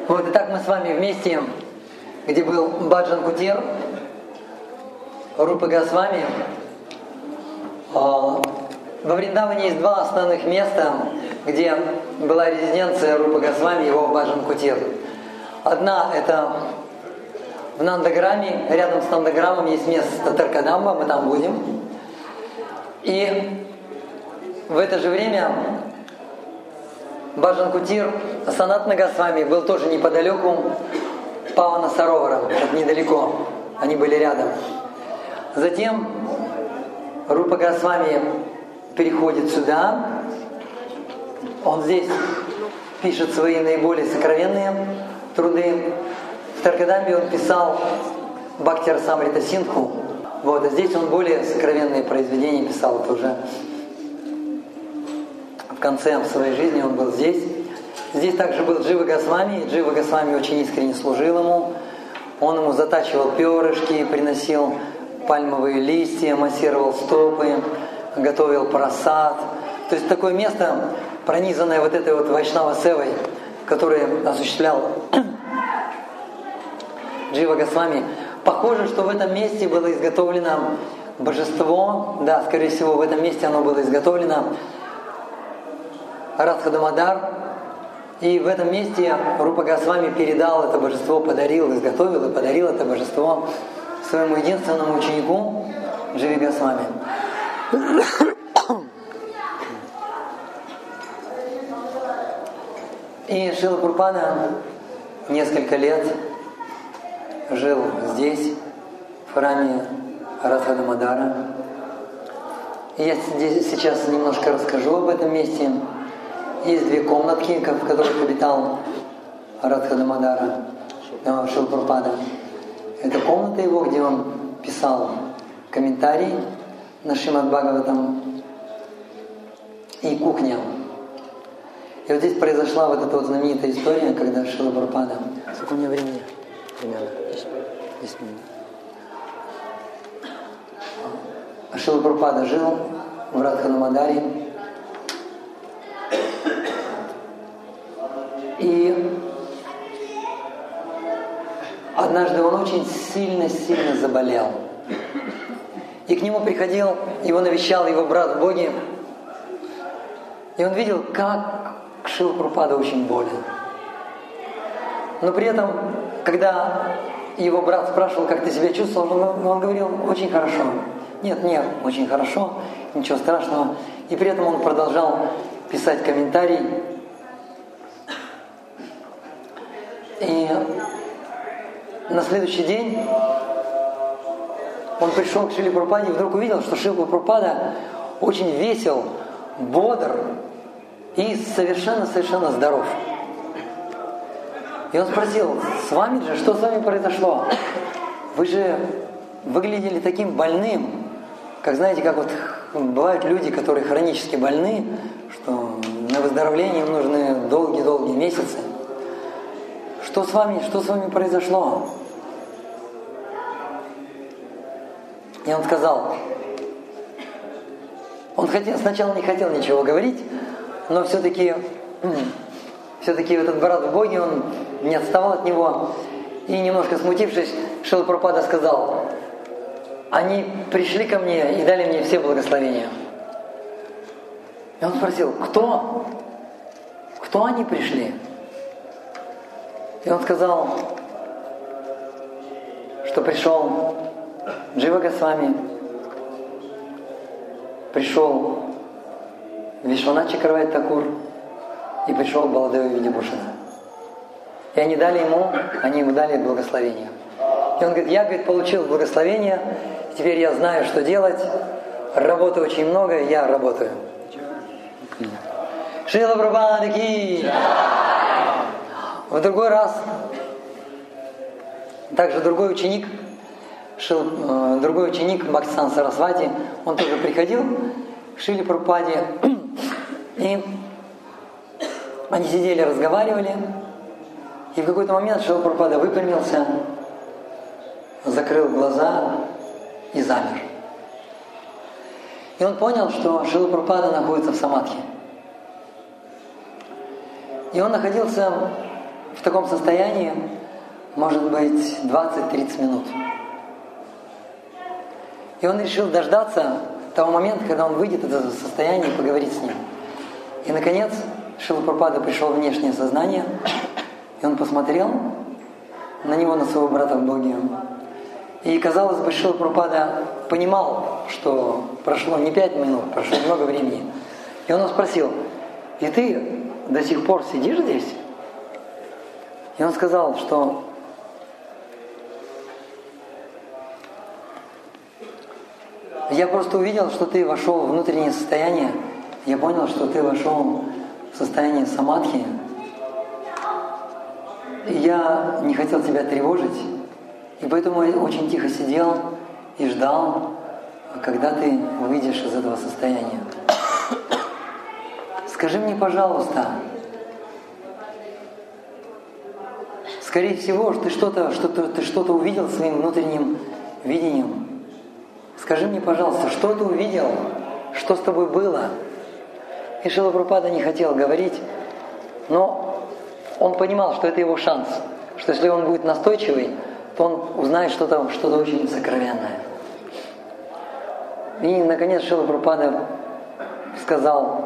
Вот, итак, мы с вами вместе, где был Баджан Кутир, Рупа Госвами. Во Вриндаване есть два основных места, где была резиденция Рупа Госвами, его Баджан Кутир. Одна – это в Нандаграме, рядом с Нандаграмом есть место Таркадамба, мы там будем. И в это же время Баджан Кутир Санатана Госвами был тоже неподалеку Павана Саровара, это недалеко, они были рядом. Затем Рупа Госвами переходит сюда, он здесь пишет свои наиболее сокровенные труды. В Таркадамбе он писал Бхакти Расамрита Синдху, вот, а здесь он более сокровенные произведения писал, это уже в конце своей жизни он был здесь. Здесь также был Джива Госвами, и Джива Госвами очень искренне служил ему. Он ему затачивал перышки, приносил пальмовые листья, массировал стопы, готовил прасад. То есть такое место, пронизанное вот этой вот Вайшнава Севой, которое осуществлял Джива Госвами. Похоже, что в этом месте было изготовлено божество, да, скорее всего, в этом месте оно было изготовлено, Радха Дамодар, и в этом месте Рупа Госвами передал это божество, подарил, изготовил и подарил это божество своему единственному ученику Дживе Госвами. И Шрила Прабхупада несколько лет жил здесь, в храме Радха Дамодара. И я здесь сейчас немножко расскажу об этом месте. Есть две комнатки, в которых обитал Радха Дамодара, Шрила Прабхупада. Это комната его, где он писал комментарии на Шримад Бхагаватам, и кухня. И вот здесь произошла вот эта вот знаменитая история, когда Шрила Прабхупада... Сколько у меня времени? Примерно 10 минут. Шрила Прабхупада жил в Радха Дамодаре. И однажды он очень сильно заболел. И к нему приходил, его навещал его брат в Боге. И он видел, как Шрила Прабхупада очень болен. Но при этом, когда его брат спрашивал, как ты себя чувствовал, он говорил, очень хорошо. Нет, очень хорошо, ничего страшного. И при этом он продолжал писать комментарий. И на следующий день он пришел к Шриле Прабхупаде и вдруг увидел, что Шрила Прабхупада очень весел, бодр и совершенно здоров. И он спросил, с вами же, что с вами произошло? Вы же выглядели таким больным, как знаете, как вот бывают люди, которые хронически больны, что на выздоровление им нужны долгие месяцы. Что с вами произошло? И он сказал, сначала не хотел ничего говорить, но все-таки этот брат в Боге, он не отставал от него, и немножко смутившись, Шрила Прабхупада сказал, они пришли ко мне и дали мне все благословения. И он спросил, кто? Кто они пришли? И он сказал, что пришел Джива Госвами, пришел Вишванат Чакраварти Такур и пришел Баладева Видибушана. И они ему дали благословение. И он говорит, я получил благословение, теперь я знаю, что делать, работы очень много, я работаю. Шрила Прабхупада ки! В другой раз, также другой ученик Бхактисиданта Сарасвати, он тоже приходил к Шриле Прабхупаде, и они сидели, разговаривали, и в какой-то момент Шрила Прабхупада выпрямился, закрыл глаза и замер. И он понял, что Шрила Прабхупада находится в самадхи. И он находился в таком состоянии может быть 20-30 минут. И он решил дождаться того момента, когда он выйдет из этого состояния и поговорить с ним. И, наконец, Шрила Прабхупада пришел в внешнее сознание, и он посмотрел на него, на своего брата в Боге. И, казалось бы, Шрила Прабхупада понимал, что прошло не 5 минут, прошло много времени. И он его спросил: «И ты до сих пор сидишь здесь?» И он сказал, что я просто увидел, что ты вошел в внутреннее состояние. Я понял, что ты вошел в состояние самадхи. И я не хотел тебя тревожить. И поэтому я очень тихо сидел и ждал, когда ты выйдешь из этого состояния. Скажи мне, пожалуйста, скорее всего, ты что-то увидел своим внутренним видением. Скажи мне, пожалуйста, что ты увидел, что с тобой было? И Шрила Прабхупада не хотел говорить, но он понимал, что это его шанс, что если он будет настойчивый, то он узнает что-то очень сокровенное. И, наконец, Шрила Прабхупада сказал: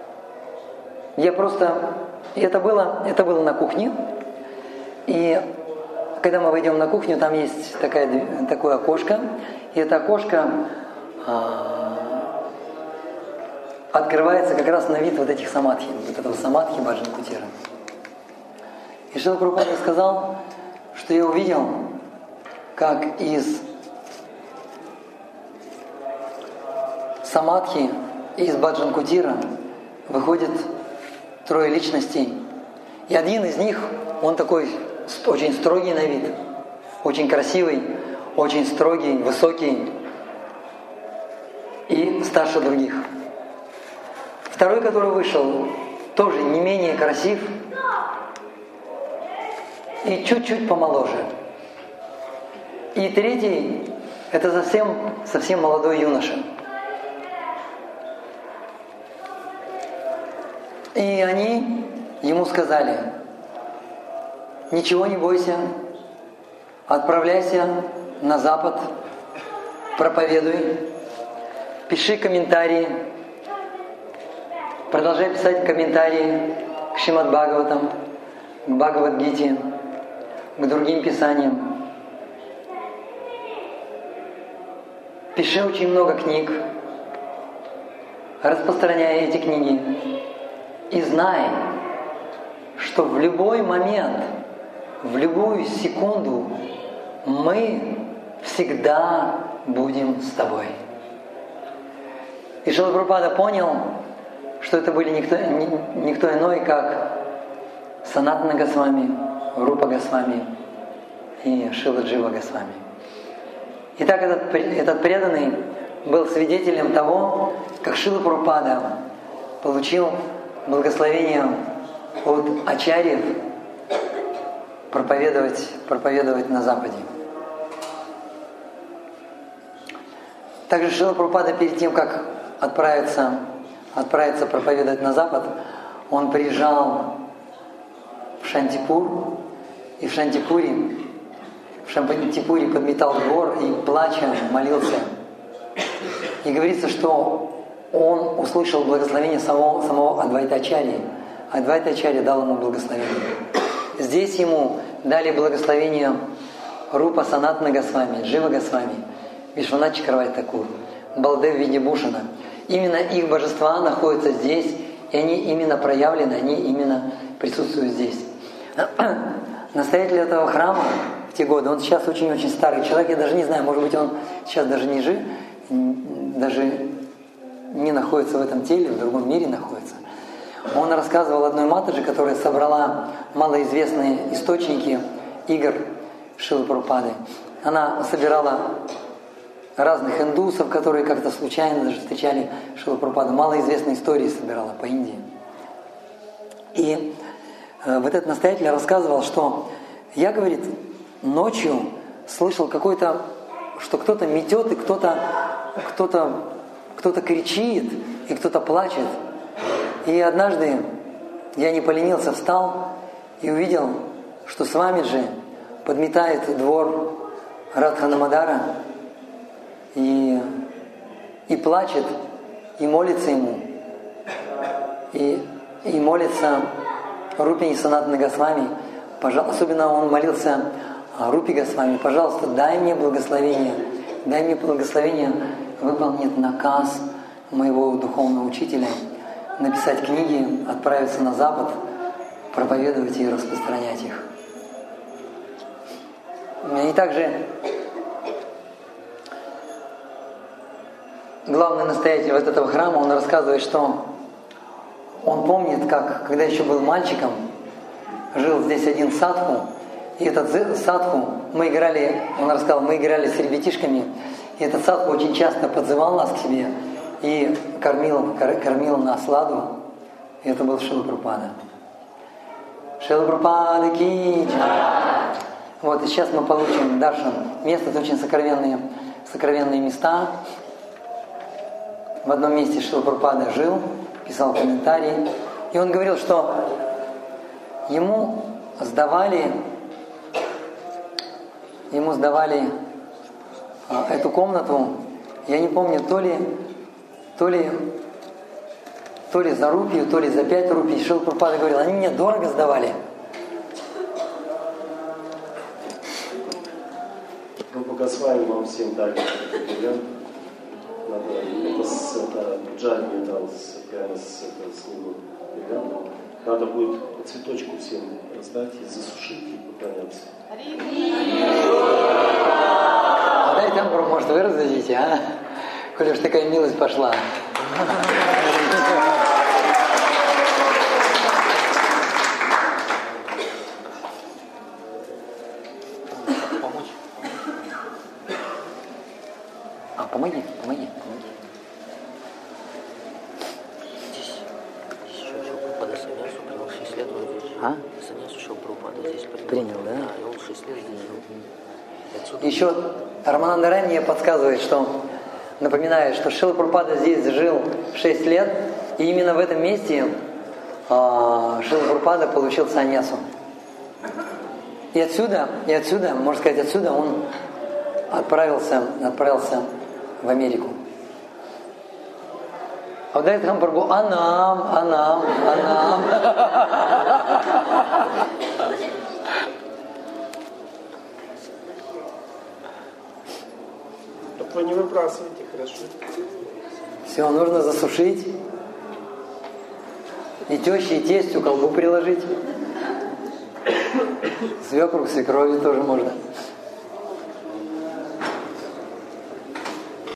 это было на кухне, и когда мы войдем на кухню, там есть такое окошко, и это окошко открывается как раз на вид вот этих самадхи, вот этого самадхи Баджан Кутира. И Шрила Прабхупада сказал, что я увидел, как из самадхи, из Баджан Кутира выходит 3 личностей. И один из них, он такой очень строгий на вид, очень красивый, очень строгий, высокий и старше других. Второй, который вышел, тоже не менее красив и чуть-чуть помоложе. И третий – это совсем молодой юноша. И они ему сказали: ничего не бойся, отправляйся на Запад, проповедуй, пиши комментарии, продолжай писать комментарии к Шримад Бхагаватам, к Бхагавад-гите, к другим писаниям. Пиши очень много книг, распространяй эти книги. И знай, что в любой момент, в любую секунду мы всегда будем с тобой. И Шрила Прабхупада понял, что это были никто иной, как Санатана Госвами, Рупа Госвами и Шрила Джива Госвами. Итак, этот преданный был свидетелем того, как Шрила Прабхупада получил благословение от ачарьев проповедовать на Западе. Также Шрила Прабхупада перед тем, как отправиться проповедовать на Запад, он приезжал в Шантипур, и в Шантипуре подметал двор и, плача, молился. И говорится, что он услышал благословение самого Адвайта-ачарьи. Адвайта-ачарья дал ему благословение. Здесь ему дали благословение Рупа Санатана Госвами, Джива Госвами, Вишванат Чакраварти Такур, Балдев Видибушана. Именно их божества находятся здесь, и они именно проявлены, они именно присутствуют здесь. Настоятель этого храма в те годы, он сейчас очень-очень старый человек, я даже не знаю, может быть, он сейчас даже не жив, даже не находится в этом теле, в другом мире находится. Он рассказывал одной матаджи, которая собрала малоизвестные источники игр Шрилы Прабхупады. Она собирала разных индусов, которые как-то случайно даже встречали Шрилу Прабхупаду. Малоизвестные истории собирала по Индии. И вот этот настоятель рассказывал, что я, говорит, ночью слышал что кто-то метет, и кто-то кричит, и кто-то плачет. И однажды я не поленился, встал и увидел что Свамиджи подметает двор Радханамадара и плачет, и молится ему, и молится Рупини Санатана Госвами. Особенно он молился Рупи Госвами: пожалуйста, дай мне благословение выполнить наказ моего духовного учителя, написать книги, отправиться на Запад, проповедовать и распространять их. И также главный настоятель вот этого храма, он рассказывает, что он помнит, как, когда еще был мальчиком, жил здесь один садху, и этот садху, мы играли с ребятишками, и этот садху очень часто подзывал нас к себе и кормил нас ладу, и это был Шрила Прабхупада. Шрила Прабхупада ки джай. Вот, и сейчас мы получим даршан. Место, это очень сокровенные места. В одном месте Шрила Прабхупада жил, писал комментарии, и он говорил, что ему сдавали эту комнату, я не помню, то ли за рупию, то ли за 5 рупий. Шрила Прабхупада говорил, они мне дорого сдавали. Ну, пока с вами вам всем дали это Джай мне дал прямо с ним бриллиантом. Надо будет по цветочку всем раздать и засушить и поклоняться. А дайте Амбру, может, вы раздадите, а? Коли уж такая милость пошла. Помоги. Здесь еще Прабхупада саньясу принял 6 лет, он здесь жил. Саньясу еще Прабхупада здесь принял. Да? Да, и он 6 лет здесь жил. Еще Рамананда Рай мне подсказывает, напоминает, что Шрила Прабхупада здесь жил 6 лет, и именно в этом месте Шрила Прабхупада получил саньясу. И отсюда, можно сказать, отсюда он отправился в Америку. Адайт Хампрабху Анам. Так вы не выбрасывайте, хорошо? Все нужно засушить. И теще, и тестю колбу приложить. Свекру, свекрови тоже можно.